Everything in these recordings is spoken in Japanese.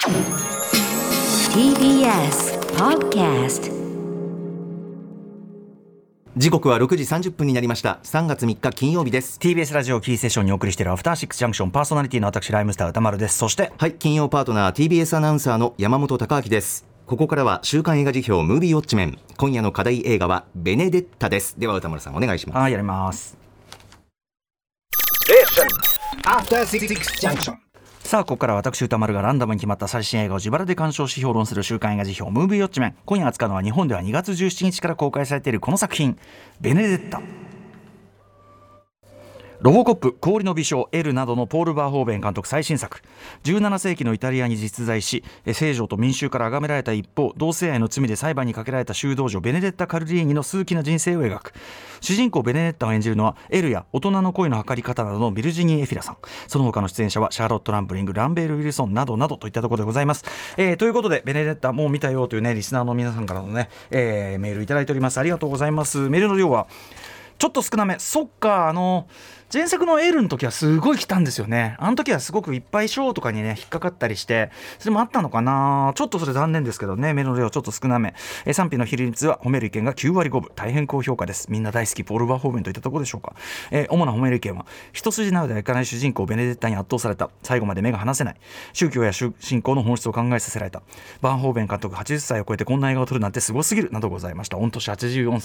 TBS Podcast。 時刻は6時30分になりました。3月3日金曜日です。 TBS ラジオキーセッションにお送りしているアフターシックスジャンクション、パーソナリティの私ライムスター歌丸です。そして金曜パートナー TBS アナウンサーの山本貴明です。ここからは週刊映画辞表ムービーウォッチメン。今夜の課題映画はベネデッタです。では歌丸さんお願いします。 やります。さあここから私歌丸がランダムに決まった最新映画を自腹で鑑賞し評論する週刊映画辞表ムービーウォッチメン。今夜扱うのは日本では2月17日から公開されているこの作品、ベネデッタ。ロボコップ、氷の美少、エルなどのポール・バーホーベン監督最新作。17世紀のイタリアに実在し、聖女と民衆から崇められた一方、同性愛の罪で裁判にかけられた修道女ベネデッタ・カルリーニの数奇な人生を描く。主人公ベネデッタを演じるのはエルや大人の恋の測り方などのビルジニー・エフィラさん。その他の出演者はシャーロット・ランブリング、ランベール・ウィルソンなどなどといったところでございます。ということでベネデッタもう見たよというね、リスナーの皆さんからのね、メールいただいております。ありがとうございます。メールの量はちょっと少なめ。そっか、前作のエルの時はすごい来たんですよね。あの時はすごくいっぱい賞とかにね引っかかったりして、それもあったのかな。ちょっとそれ残念ですけどね。メールの量ちょっと少なめ。賛否の比率は褒める意見が9割5分、大変高評価です。みんな大好きポール・バーホーベンといったところでしょうか。主な褒める意見は、一筋縄ではいかない主人公ベネデッタに圧倒された、最後まで目が離せない、宗教や信仰の本質を考えさせられた、バーホーベン監督80歳を超えてこんな映画を撮るなんてすごすぎるなどございました。御年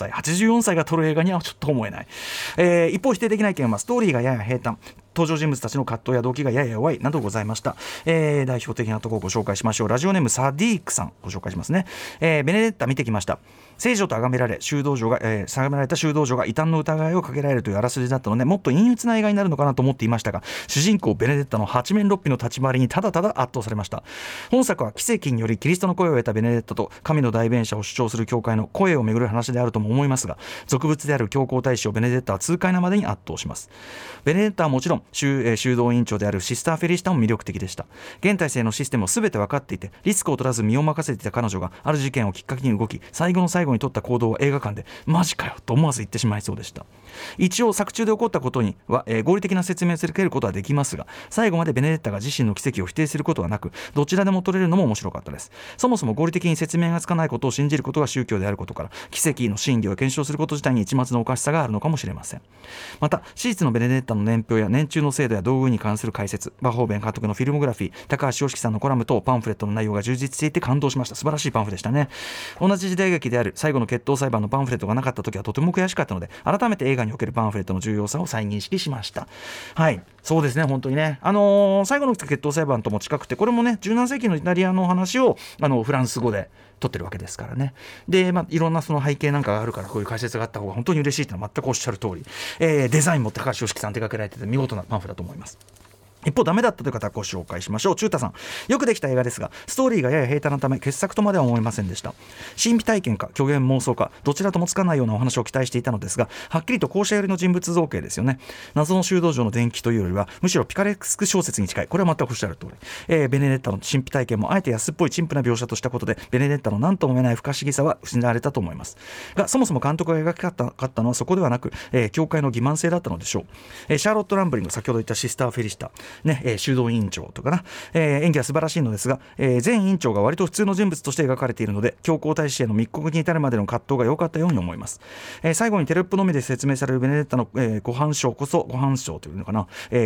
84歳が撮る映画にはちょっと思えない。一方否定的な意見は、ストーリーがやや平坦、登場人物たちの葛藤や動機がやや弱いなどございました。代表的なところをご紹介しましょう。ラジオネームサディークさんご紹介しますね。ベネデッタ見てきました。聖女と崇められ定められた修道女が異端の疑いをかけられるというあらすじだったので、もっと陰鬱な映画になるのかなと思っていましたが、主人公ベネデッタの八面六臂の立ち回りにただただ圧倒されました。本作は奇跡によりキリストの声を得たベネデッタと神の代弁者を主張する教会の声をめぐる話であるとも思いますが、俗物である教皇太子をベネデッタは痛快なまでに圧倒します。ベネデッタはもちろん修道院長であるシスター・フェリシタも魅力的でした。現体制のシステムを全て分かっていて、リスクを取らず身を任せていた彼女がある事件をきっかけに動き、最後の最後に取った行動は映画館でマジかよと思わず言ってしまいそうでした。一応作中で起こったことには、合理的な説明をつけることはできますが、最後までベネデッタが自身の奇跡を否定することはなく、どちらでも取れるのも面白かったです。そもそも合理的に説明がつかないことを信じることが宗教であることから、奇跡の真偽を検証すること自体に一末のおかしさがあるのかもしれません。また史実のベネデッタの年表や年中の制度や道具に関する解説、バーホーベン監督のフィルモグラフィー、高橋良樹さんのコラム等パンフレットの内容が充実していて感動しました。素晴らしいパンフでしたね。同じ時代劇である最後の決闘裁判のパンフレットがなかった時はとても悔しかったので、改めて映画におけるパンフレットの重要さを再認識しました。そうですね、本当にね、最後の決闘裁判とも近くて、これもね17世紀のイタリアの話をフランス語で撮ってるわけですからね。で、いろんなその背景なんかがあるから、こういう解説があった方が本当に嬉しいというのは全くおっしゃる通り、デザインも高橋良樹さん手掛けられてて見事なパンフだと思います。一方ダメだったという方はご紹介しましょう。中太さん、よくできた映画ですがストーリーがやや平坦なため傑作とまでは思いませんでした。神秘体験か虚言妄想かどちらともつかないようなお話を期待していたのですが、はっきりと後者寄りの人物造形ですよね。謎の修道場の伝記というよりはむしろピカレスク小説に近い。これは全くおっしゃる通り、ベネデッタの神秘体験もあえて安っぽい陳腐な描写としたことで、ベネデッタの何とも言えない不可思議さは失われたと思いますが、そもそも監督が描きかったのはそこではなく、教会の欺瞞性だったのでしょう。シャーロット・ランブリング、先ほど言ったシスター・フェリシタ、修道院長とかな、演技は素晴らしいのですが、前院長が割と普通の人物として描かれているので、教皇太子への密告に至るまでの葛藤が良かったように思います。最後にテロップのみで説明されるベネデッタの、ご飯章というのかな、映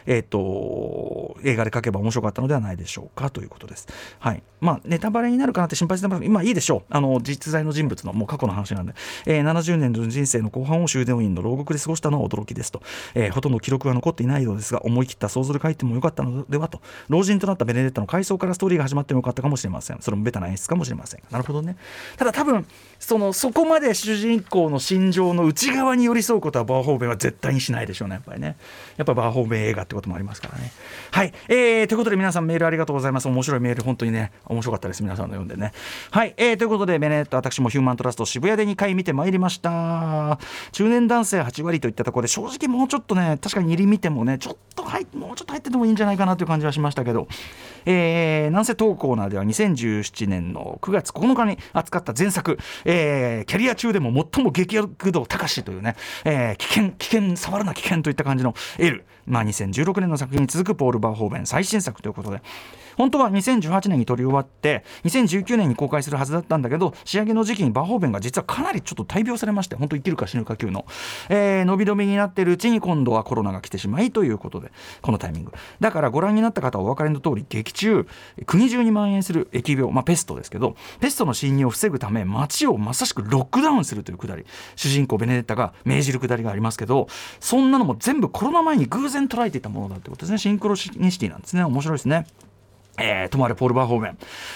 画で描けば面白かったのではないでしょうかということです。ネタバレになるかなって心配してます。今いいでしょう。実在の人物のもう過去の話なんで、70年の人生の後半を修道院の牢獄で過ごしたのは驚きですと、ほとんど記録は残っていないようですが、思い切った想像で書いてもよかったのではと。老人となったベネデッタの回想からストーリーが始まってもよかったかもしれません。それもベタな演出かもしれません。なるほどね。ただ多分そこまで主人公の心情の内側に寄り添うことはバーホーベンは絶対にしないでしょうね。やっぱりね、やっぱバーホーベン映画ってこともありますからね。ということで皆さんメールありがとうございます。面白いメール本当にね面白かったです。皆さんの読んでね。ということでベネデッタ、私もヒューマントラスト渋谷で2回見てまいりました。中年男性8割といったところで、正直もうちょっとね、確かに入り見てもね、ちょっともうちょっちょっと入っててもいいんじゃないかなという感じはしましたけど、なんせ当コーナーでは2017年の9月9日に扱った前作、キャリア中でも最も激悪度高しというね、危険触るな危険といった感じの L、2016年の作品に続くポール・バーホーベン最新作ということで、本当は2018年に撮り終わって2019年に公開するはずだったんだけど、仕上げの時期にバーホーベンが実はかなりちょっと大病されまして、本当生きるか死ぬか級の、伸び伸びになっているうちに今度はコロナが来てしまいということで、このタイミングだからご覧になった方はお分かりの通り、劇中国中に蔓延する疫病、ペストですけど、ペストの侵入を防ぐため街をまさしくロックダウンするというくだり、主人公ベネデッタが命じるくだりがありますけど、そんなのも全部コロナ前に偶然捉えていたものだということですね。シンクロニシティなんですね。面白いですね。ともあれポール・バーホーベン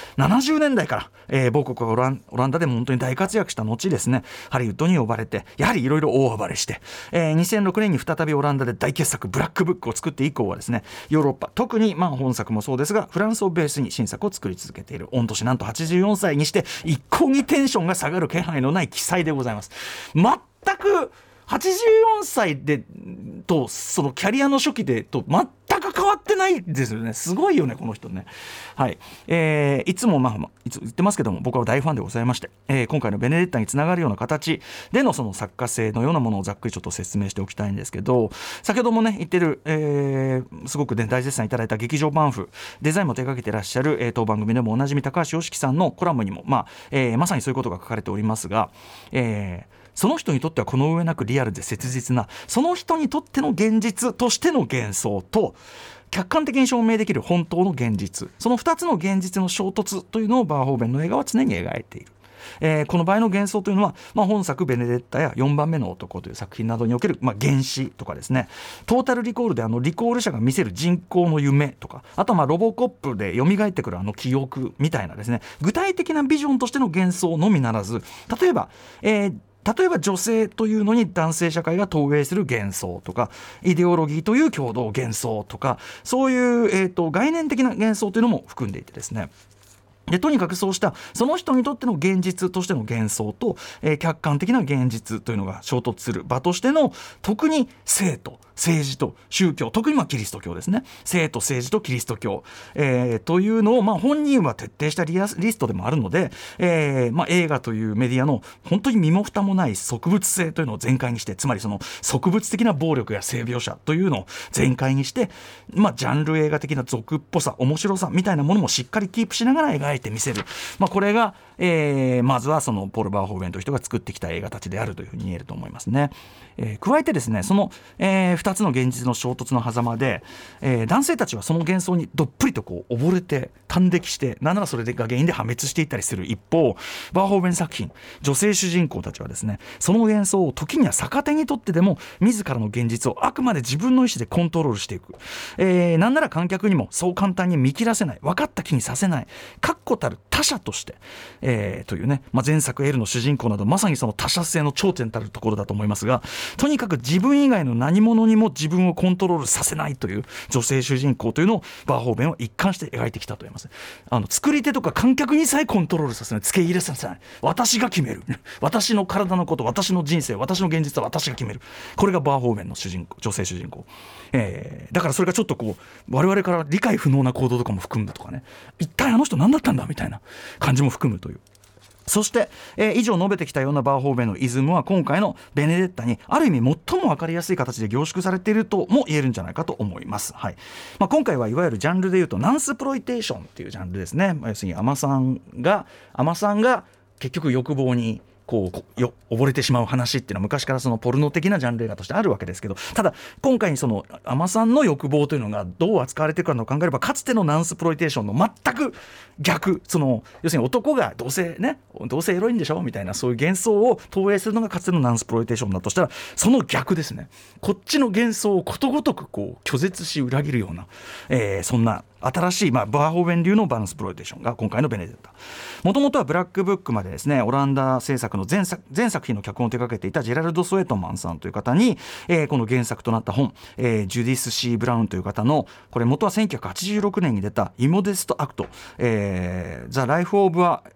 70年代から、母国オランダでも本当に大活躍した後ですね、ハリウッドに呼ばれてやはりいろいろ大暴れして、2006年に再びオランダで大傑作ブラックブックを作って以降はですね、ヨーロッパ特に本作もそうですがフランスをベースに新作を作り続けている、御年なんと84歳にして一向にテンションが下がる気配のない奇才でございます。全く84歳でとそのキャリアの初期でと全く変わってないですよね。すごいよねこの人ね。はい、いつもいつ言ってますけども、僕は大ファンでございまして、今回のベネデッタにつながるような形でのその作家性のようなものをざっくりちょっと説明しておきたいんですけど、先ほどもね言ってる、すごく、大絶賛いただいた劇場パンフデザインも手掛けてらっしゃる、当番組でもおなじみ高橋良樹さんのコラムにも、まさにそういうことが書かれておりますが、その人にとってはこの上なくリアルで切実な、その人にとっての現実としての幻想と客観的に証明できる本当の現実、その2つの現実の衝突というのをバーホーベンの映画は常に描いている。この場合の幻想というのは、本作ベネデッタや4番目の男という作品などにおける、原子とかですね、トータルリコールでリコール者が見せる人工の夢とか、あとはロボコップで蘇ってくる記憶みたいなですね、具体的なビジョンとしての幻想のみならず、例えば女性というのに男性社会が投影する幻想とか、イデオロギーという共同幻想とか、そういう、概念的な幻想というのも含んでいてですね、でとにかくそうしたその人にとっての現実としての幻想と、客観的な現実というのが衝突する場としての、特に性と政治と宗教、特にキリスト教ですね、性と政治とキリスト教、というのを、本人は徹底したリストでもあるので、映画というメディアの本当に身も蓋もない植物性というのを全開にして、つまりその植物的な暴力や性描写というのを全開にして、ジャンル映画的な俗っぽさ、面白さみたいなものもしっかりキープしながら描いてみせる、これが、まずはそのポール・バーホーベンという人が作ってきた映画たちであるというふうに言えると思いますね。加えてですね、その、2つの現実の衝突の狭間で、男性たちはその幻想にどっぷりと溺れて端的して、なんならそれが原因で破滅していったりする一方、バーホーベン作品女性主人公たちはですね、その幻想を時には逆手にとってでも自らの現実をあくまで自分の意思でコントロールしていく、なんなら観客にもそう簡単に見切らせない、分かった気にさせない、確固たる他者として、というね、前作エルの主人公などまさにその他者性の頂点たるところだと思いますが、とにかく自分以外の何者にも自分をコントロールさせないという女性主人公というのをバーホーベンは一貫して描いてきたと言います。作り手とか観客にさえコントロールさせない、付け入れさせない、私が決める私の体のこと、私の人生、私の現実は私が決める、これがバーホーベンの女性主人公、だからそれがちょっと我々から理解不能な行動とかも含むとかね、一体あの人何だったんだみたいな感じも含むという。そして、以上述べてきたようなバーホーベンのイズムは今回のベネデッタにある意味最も分かりやすい形で凝縮されているとも言えるんじゃないかと思います。はい、今回はいわゆるジャンルでいうとナンスプロイテーションっていうジャンルですね。要するに海女さんが結局欲望に溺れてしまう話っていうのは昔からそのポルノ的なジャンル映画としてあるわけですけど、ただ今回にその海女さんの欲望というのがどう扱われていくかのを考えれば、かつてのナンスプロイテーションの全く逆、その要するに男がどうせエロいんでしょみたいな、そういう幻想を投影するのがかつてのナンスプロイテーションだとしたら、その逆ですね。こっちの幻想をことごとく拒絶し裏切るような、そんな新しい、バーホーベン流のバランスプロイテーションが今回のベネデッタ。もともとはブラックブックまでですね、オランダ制作の全作品の脚本を手掛けていたジェラルド・ソエトマンさんという方に、この原作となった本、ジュディス・シー・ブラウンという方の、これ元は1986年に出たイモデスト・アクト、The Life of a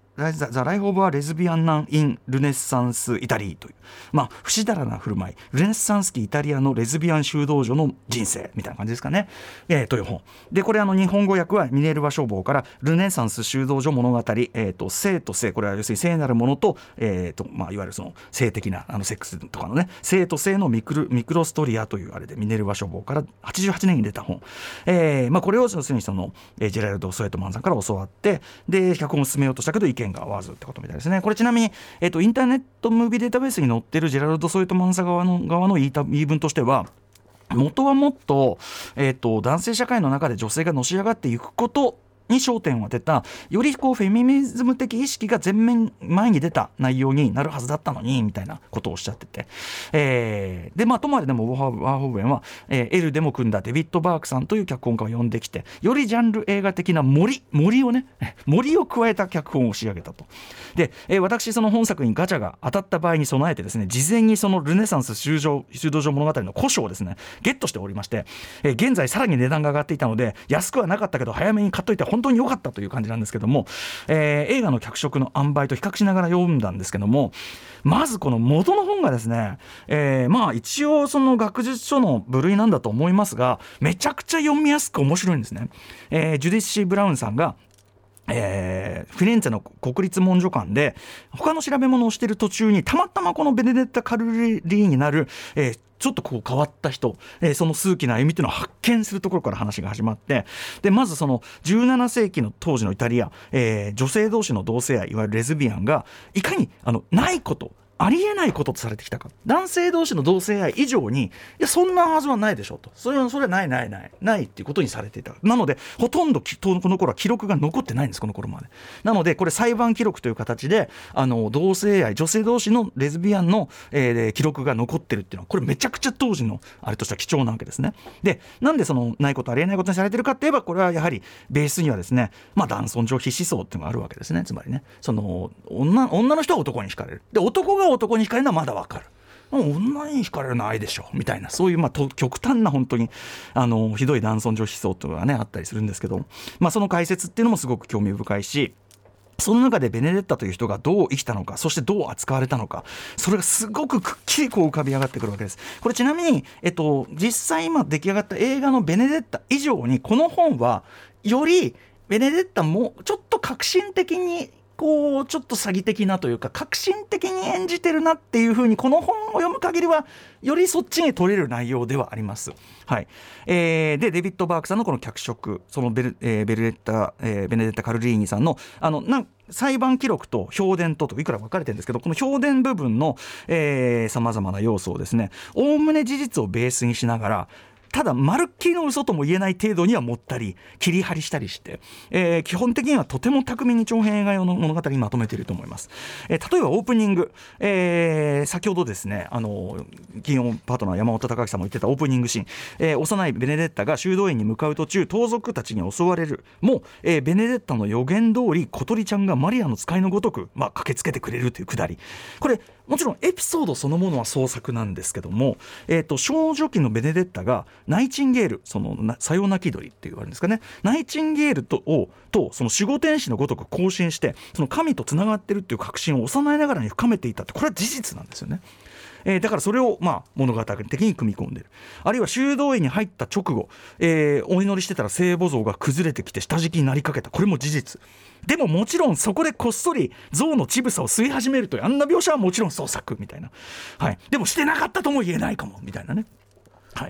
ザ・ライフ・オブ・ア・レズビアン・ナン・イン・ルネッサンス・イタリーという、不死だらな振る舞い、ルネッサンス期イタリアのレズビアン修道女の人生みたいな感じですかね、という本で、これ日本語訳はミネルヴァ書房からルネサンス修道女物語、性と性、これは要するに聖なるものと、いわゆるその性的なセックスとかのね、性と性のミクロストリアというあれでミネルヴァ書房から88年に出た本、これを要するにジェラルド・ソエトマンさんから教わって、で脚本を進めようとしたけど意見が合わずってことみたいですね。これちなみに、インターネットムービーデータベースに載ってるジェラルド・ソエトマンさん側の言い分としては、元はもっと、男性社会の中で女性がのし上がっていくことに焦点を当てた、よりフェミニズム的意識が前に出た内容になるはずだったのにみたいなことをおっしゃってて、でともあれでもウォーホーベンは、エルでも組んだデビッド・バークさんという脚本家を呼んできて、よりジャンル映画的な森を加えた脚本を仕上げたと。で、私その本作にガチャが当たった場合に備えてですね、事前にそのルネサンス修道女物語の古書をですねゲットしておりまして、現在さらに値段が上がっていたので安くはなかったけど早めに買っといて本当に良かったという感じなんですけども、映画の脚色の塩梅と比較しながら読んだんですけども、まずこの元の本がですね、一応その学術書の部類なんだと思いますが、めちゃくちゃ読みやすく面白いんですね。ジュディシー・ブラウンさんがフィレンツェの国立文書館で他の調べ物をしている途中にたまたまこのベネデッタ・カルリーになる、ちょっと変わった人、その数奇な歩みというのを発見するところから話が始まって、でまずその17世紀の当時のイタリア、女性同士の同性愛、いわゆるレズビアンがいかにないことありえないこととされてきたか、男性同士の同性愛以上にそんなはずはないでしょと、それはないっていうことにされていた。なのでほとんどこの頃は記録が残ってないんです、この頃まで。なのでこれ裁判記録という形で同性愛、女性同士のレズビアンの、記録が残ってるっていうのは、これめちゃくちゃ当時のあれとしては貴重なわけですね。でなんでそのないことありえないことにされてるかっていえば、これはやはりベースにはですね、男尊女卑思想っていうのがあるわけですね。つまりね、その女の人は男に惹かれる、で男が男に惹かれるのはまだわかる、女に惹かれるのはないでしょみたいな、そういう極端な本当にひどい男尊女卑思想というのがねあったりするんですけど、その解説っていうのもすごく興味深いし、その中でベネデッタという人がどう生きたのか、そしてどう扱われたのか、それがすごくくっきり浮かび上がってくるわけです。これちなみに、実際今出来上がった映画のベネデッタ以上に、この本はよりベネデッタもちょっと革新的にちょっと詐欺的なというか革新的に演じてるなっていう風に、この本を読む限りはよりそっちに取れる内容ではあります。はい。でデビッド・バークさんのこの脚色、そのベネデッタ・カルリーニさんの裁判記録と評伝といくら分かれてるんですけど、この評伝部分のさまざまな要素をですね、おおむね事実をベースにしながら、ただまるっきりの嘘とも言えない程度には持ったり切り張りしたりして、基本的にはとても巧みに長編映画用の物語にまとめていると思います。例えばオープニング、先ほどですね金曜パートナー山本隆明さんも言ってたオープニングシーン、幼いベネデッタが修道院に向かう途中盗賊たちに襲われるも、ベネデッタの予言通り小鳥ちゃんがマリアの使いのごとく、駆けつけてくれるというくだり、これもちろんエピソードそのものは創作なんですけども、少女期のベネデッタがナイチンゲール、そのさよなき鳥って言われるんですかね、ナイチンゲールとその守護天使のごとく交信して、その神とつながってるっていう確信を幼いながらに深めていたって、これは事実なんですよね。だからそれを物語的に組み込んでいる。あるいは修道院に入った直後、お祈りしてたら聖母像が崩れてきて下敷きになりかけた、これも事実でも、もちろんそこでこっそり像の乳房を吸い始めるというあんな描写はもちろん創作みたいな、はい、でもしてなかったとも言えないかもみたいなね。はい。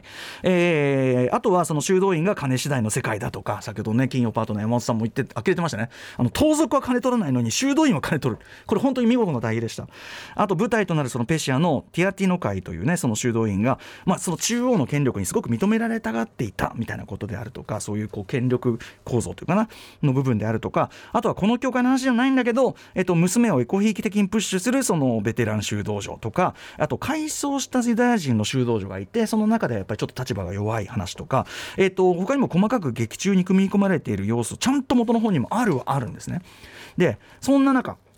あとはその修道院が金次第の世界だとか、先ほどね金曜パートナー山本さんも呆れてましたね。盗賊は金取らないのに修道院は金取る、これ本当に見事な題義でした。あと舞台となるそのペシアのティアティノ会というね、その修道院が、その中央の権力にすごく認められたがっていたみたいなことであるとか、そういう権力構造というかなの部分であるとか、あとはこの教会の話じゃないんだけど、娘をエコひいき的にプッシュするそのベテラン修道女とか、あと改装したユダヤ人の修道女がいて、その中でやっぱりちょっと立場が弱い話とか、他にも細かく劇中に組み込まれている要素、ちゃんと元の方にもあるんですね。でそんな中、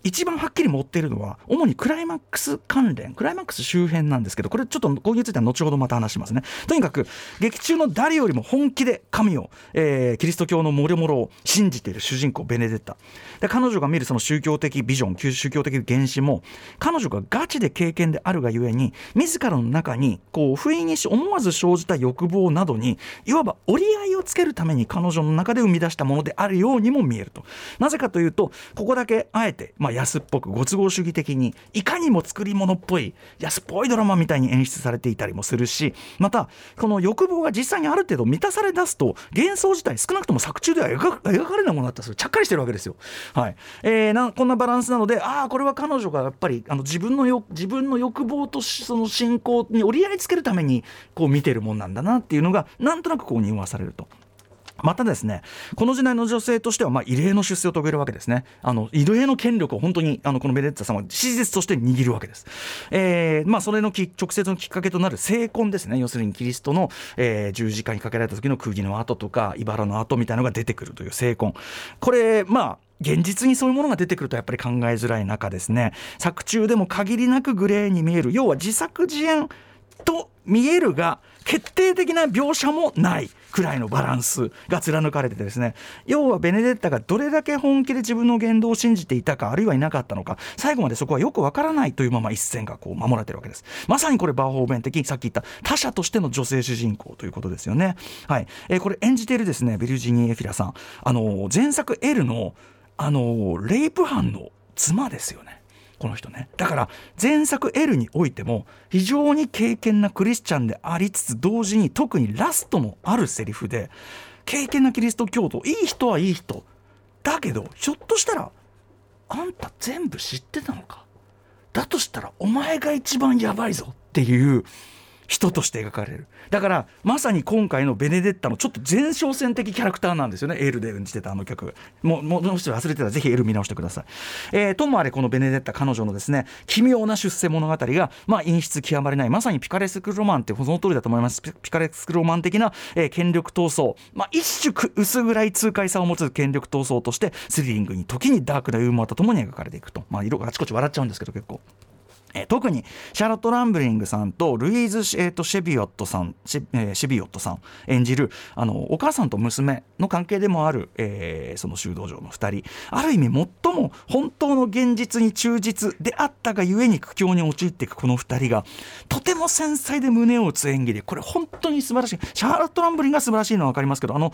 一番はっきり持っているのは主にクライマックス関連、クライマックス周辺なんですけど、これちょっとこれについては後ほどまた話しますね。とにかく劇中の誰よりも本気で神を、キリスト教のもろもろを信じている主人公ベネデッタで、彼女が見るその宗教的ビジョン、宗教的原始も彼女がガチで経験であるがゆえに、自らの中にこう不意に思わず生じた欲望などにいわば折り合いをつけるために彼女の中で生み出したものであるようにも見えると。なぜかというと、ここだけあえて、安っぽくご都合主義的にいかにも作り物っぽい安っぽいドラマみたいに演出されていたりもするし、またこの欲望が実際にある程度満たされ出すと幻想自体少なくとも作中では描かれないものだったらちゃっかりしてるわけですよ。はい。こんなバランスなので、これは彼女がやっぱり自分の欲望とその信仰に折り合いつけるためにこう見てるもんなんだなっていうのがなんとなくこう匂わされると。またですね、この時代の女性としては異例の出世を遂げるわけですね。異例の権力を本当にこのベネデッタさんは事実として握るわけです。それの直接のきっかけとなる聖痕ですね。要するにキリストの、十字架にかけられた時の釘の跡とか茨の跡みたいなのが出てくるという聖痕、これ現実にそういうものが出てくるとやっぱり考えづらい中ですね、作中でも限りなくグレーに見える、要は自作自演と見えるが決定的な描写もないくらいのバランスが貫かれててですね、要はベネデッタがどれだけ本気で自分の言動を信じていたか、あるいはいなかったのか、最後までそこはよくわからないというまま一線がこう守られているわけです。まさにこれバーホーベン的、さっき言った他者としての女性主人公ということですよね。はい。これ演じているですね、ビルジニー・エフィラさん、前作 L のレイプ犯の妻ですよね、この人ね。だから前作 L においても非常に敬虔なクリスチャンでありつつ、同時に特にラストのあるセリフで、敬虔なキリスト教徒、いい人はいい人だけど、ひょっとしたらあんた全部知ってたのか、だとしたらお前が一番やばいぞっていう人として描かれる。だからまさに今回のベネデッタのちょっと前哨戦的キャラクターなんですよね。エールで演じてた曲、もう忘れてたらぜひエール見直してください。ともあれこのベネデッタ彼女のですね奇妙な出世物語が陰湿極まれない、まさにピカレスクロマンってその通りだと思います。ピカレスクロマン的な、権力闘争、一種薄暗い痛快さを持つ権力闘争としてスリリングに時にダークなユーモアとともに描かれていくと。色があちこち笑っちゃうんですけど結構。特にシャーロット・ランブリングさんとルイーズ・シェビオットさん演じるお母さんと娘の関係でもある、その修道場の2人、ある意味最も本当の現実に忠実であったがゆえに苦境に陥っていくこの2人がとても繊細で胸を打つ演技で、これ本当に素晴らしい。シャーロット・ランブリングが素晴らしいのは分かりますけど、ルイ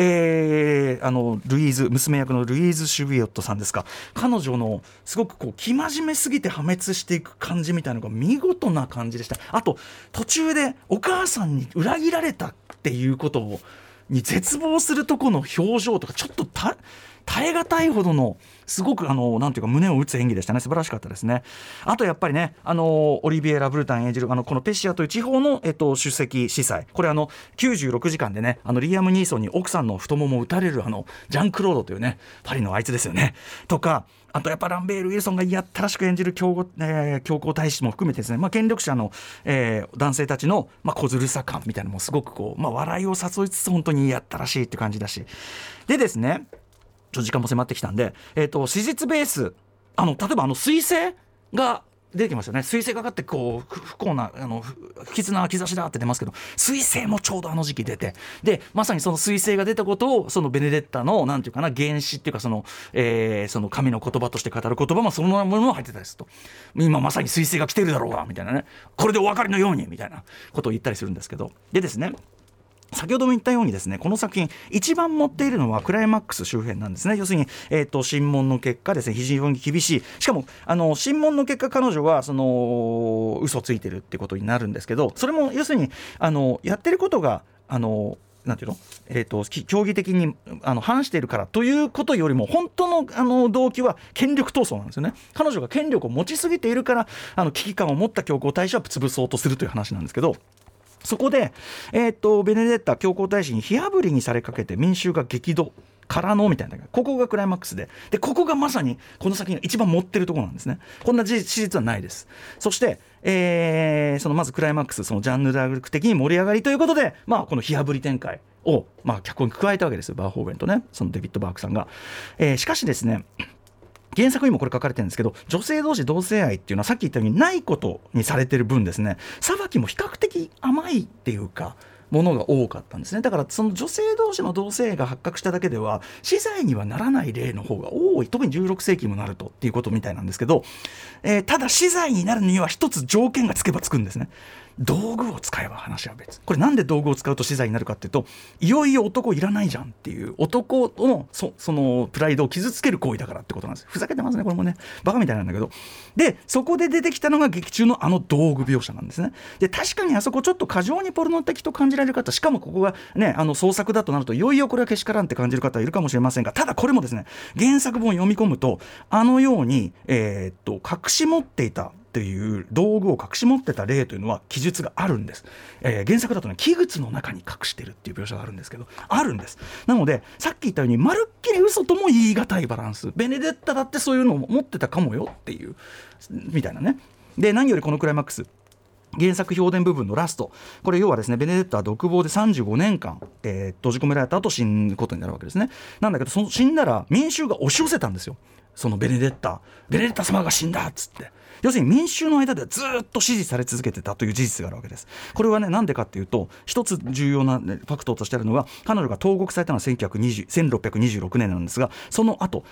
ーズ娘役のルイーズ・シェビオットさんですか、彼女のすごくこう生真面目すぎて破滅していく感じみたいなのが見事な感じでした。あと途中でお母さんに裏切られたっていうことに絶望するとこの表情とか、ちょっと耐え難いほどのすごくなんていうか胸を打つ演技でしたね。素晴らしかったですね。あとやっぱりねオリビエ・ラブルタン演じるこのペシアという地方の、首席司祭、これ96時間でねリアム・ニーソンに奥さんの太ももを撃たれるジャン・クロードというねパリのあいつですよねとか、あとやっぱランベール・ウィルソンがやったらしく演じる教皇太子も含めてですね、権力者の、男性たちの、小ずるさ感みたいなのもすごくこう、笑いを誘いつつ本当にやったらしいって感じだし、でですね時間も迫ってきたんで、史実ベース例えば彗星が出てきますよね。彗星がかってこう不幸な不吉な兆しだって出ますけど、彗星もちょうど時期出て、でまさにその彗星が出たことをそのベネデッタのなんていうかな原始っていうかその神の言葉として語る言葉もそのものも入ってたりすると、今まさに彗星が来てるだろうがみたいなね、これでお分かりのようにみたいなことを言ったりするんですけど、でですね先ほども言ったようにですね、この作品一番持っているのはクライマックス周辺なんですね。要するに、審問の結果ですね非常に厳しい、しかも審問の結果彼女は嘘ついてるってことになるんですけど、それも要するにやってることがなんていうの、競技的に反しているからということよりも本当の動機は権力闘争なんですよね。彼女が権力を持ちすぎているから危機感を持った教皇太子は潰そうとするという話なんですけど、そこで、ベネデッタ教皇太子に火あぶりにされかけて民衆が激怒からのみたいな、ここがクライマックスでここがまさにこの作品が一番持ってるところなんですね。こんな史実はないです。そして、まずクライマックス、そのジャンヌ・ダルク的に盛り上がりということで、この火あぶり展開を、脚本に加えたわけですよ、バーホーベンとねそのデビッド・バークさんが。しかしですね原作にもこれ書かれてるんですけど、女性同士同性愛っていうのはさっき言ったようにないことにされてる分ですね、裁きも比較的甘いっていうかものが多かったんですね。だからその女性同士の同性愛が発覚しただけでは死罪にはならない例の方が多い、特に16世紀にもなるとっていうことみたいなんですけど、ただ死罪になるには一つ条件がつけばつくんですね。道具を使えば話は別。これなんで道具を使うと死罪になるかっていうと、いよいよ男いらないじゃんっていう、男のそのプライドを傷つける行為だからってことなんです。ふざけてますねこれもね、バカみたいなんだけど。でそこで出てきたのが劇中の道具描写なんですね。で確かにあそこちょっと過剰にポルノ的と感じられる方、しかもここがね創作だとなるといよいよこれはけしからんって感じる方いるかもしれませんが、ただこれもですね原作本を読み込むとように、隠し持っていたっていう道具を隠し持ってた例というのは記述があるんです。原作だとね器具の中に隠してるっていう描写があるんですけど、あるんです。なのでさっき言ったようにまるっきり嘘とも言い難いバランス、ベネデッタだってそういうのを持ってたかもよっていうみたいなね。で何よりこのクライマックス、原作評伝部分のラスト、これ要はですねベネデッタは独房で35年間、閉じ込められた後死ぬことになるわけですね。なんだけどその死んだら民衆が押し寄せたんですよ。そのベネデッタ様が死んだっつって、要するに民衆の間ではずっと支持され続けてたという事実があるわけです。これはねなんでかっていうと、一つ重要な、ファクトとしてあるのは、彼女が投獄されたのは1626年なんですが、その後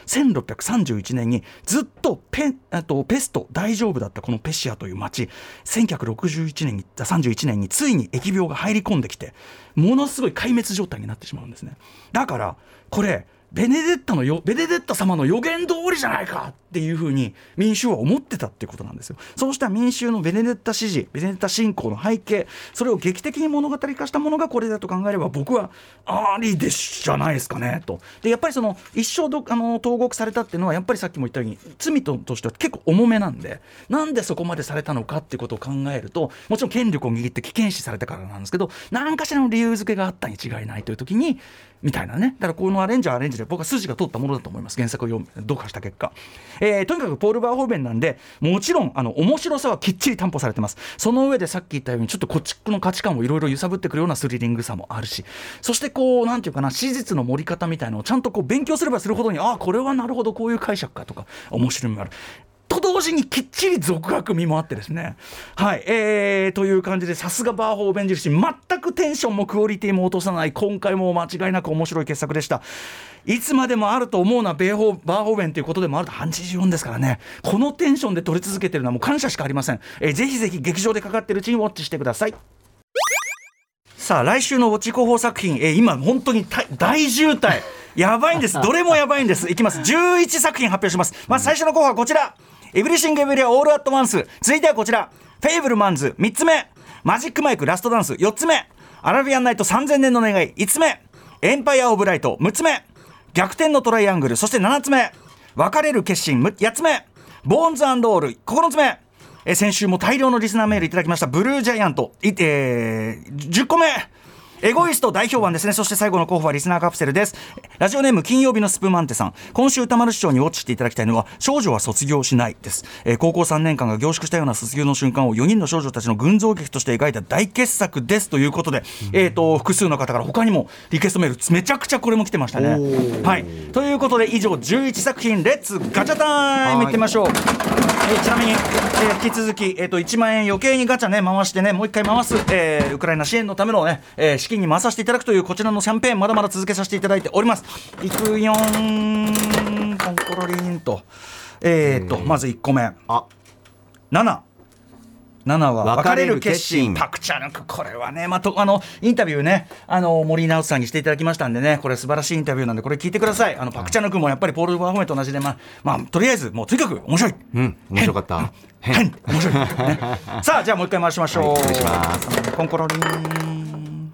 1631年にずっとペスト大丈夫だったこのペシアという町、31年についに疫病が入り込んできてものすごい壊滅状態になってしまうんですね。だからこれベネデッタ様の予言通りじゃないかっていうふうに民衆は思ってたっていうことなんですよ。そうした民衆のベネデッタ支持、ベネデッタ信仰の背景、それを劇的に物語化したものがこれだと考えれば僕はありでじゃないですかねと。でやっぱりその一生投獄されたっていうのはやっぱりさっきも言ったように罪としては結構重めなんで、なんでそこまでされたのかっていうことを考えると、もちろん権力を握って危険視されたからなんですけど、何かしらの理由付けがあったに違いないという時にみたいなね。だからこのアレンジで僕は筋が通ったものだと思います。原作を読破した結果、とにかくポール・バーホーベンなんで、もちろん面白さはきっちり担保されてます。その上でさっき言ったようにちょっとこっちの価値観をいろいろ揺さぶってくるようなスリリングさもあるし、そしてこうなんていうかな、史実の盛り方みたいなのをちゃんとこう勉強すればするほどに、これはなるほどこういう解釈かとか面白みがあると同時にきっちり俗悪味もあってですね、はい、という感じで、さすがバーホーベン印、全くテンションもクオリティも落とさない、今回も間違いなく面白い傑作でした。いつまでもあると思うのはバーホーベンということでもあると、84ですからね、このテンションで撮り続けてるのはもう感謝しかありません。ぜひぜひ劇場でかかってるうちにウォッチしてください。さあ来週のウォッチ候補作品、今本当に大渋滞やばいんです。どれもやばいんです。いきます。11作品発表します。まず最初の候補はこちら、エブリシングエブリアオールアットワンス。続いてはこちら、フェイブルマンズ3つ目、マジックマイクラストダンス4つ目、アラビアンナイト3000年の願い5つ目、エンパイアオブライト6つ目、逆転のトライアングル、そして7つ目、別れる決心8つ目、ボーンズ&オール9つ目、先週も大量のリスナーメールいただきましたブルージャイアント、10個目、エゴイスト代表版ですね。そして最後の候補はリスナーカプセルです。ラジオネーム金曜日のスプーマンテさん、今週歌丸師匠にウォッチしていただきたいのは少女は卒業しないです。高校3年間が凝縮したような卒業の瞬間を4人の少女たちの群像劇として描いた大傑作ですということで、複数の方から他にもリクエストメールめちゃくちゃこれも来てましたね。はい、ということで以上11作品レッツガチャタイムいってみましょう。ちなみに、引き続き、1万円余計にガチャね回してね、もう一回回す、ウクライナ支援のためのね、資金に回させていただくというこちらのキャンペーンまだまだ続けさせていただいております。いくよんコンコロリンと、まず1個目、7は別れる決心、パクチャヌク。これはね、インタビューね、森直さんにしていただきましたんでね、これ素晴らしいインタビューなんで、これ聞いてください。パクチャヌクもやっぱりポール・バーホーメンと同じで、とりあえずもうとにかく面白い、 面白かった、 面白い、ね、さあじゃあもう一回回しましょう。 お願いします。 コンコロリン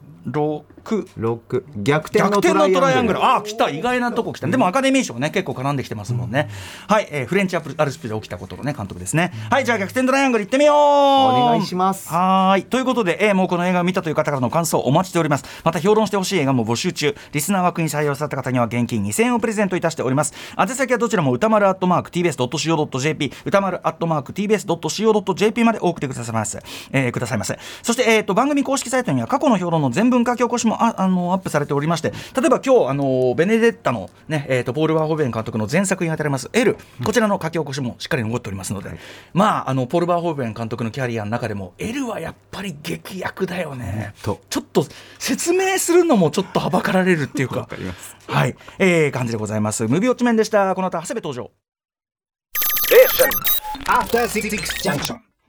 6 逆転のトライアングル。 来た、意外なとこ来た。でもアカデミー賞ね結構絡んできてますもんね。はい、フレンチアルスピで起きたことのね監督ですね。はい、じゃあ逆転トライアングル行ってみよう。 お願いします。 はい、ということで、もうこの映画を見たという方からの感想をお待ちしております。また評論してほしい映画も募集中。リスナー枠に採用された方には現金2000円をプレゼントいたしております。宛先はどちらも歌丸@tbs.co.jp、歌丸@tbs.co.jp までお送りくださいませ。そして、番組公式サイトには過去の評論の全文書き起こしもアップされておりまして、例えば今日ベネデッタの、ねポール・バーホーベン監督の前作にあたります L、こちらの書き起こしもしっかり残っておりますので、まあポール・バーホーベン監督のキャリアの中でも L はやっぱり劇薬だよね。ちょっと説明するのもちょっとはばかられるっていうかはい、感じでございます。ムービーウォッチメンでした。この後長谷部登場。 After 66 junction.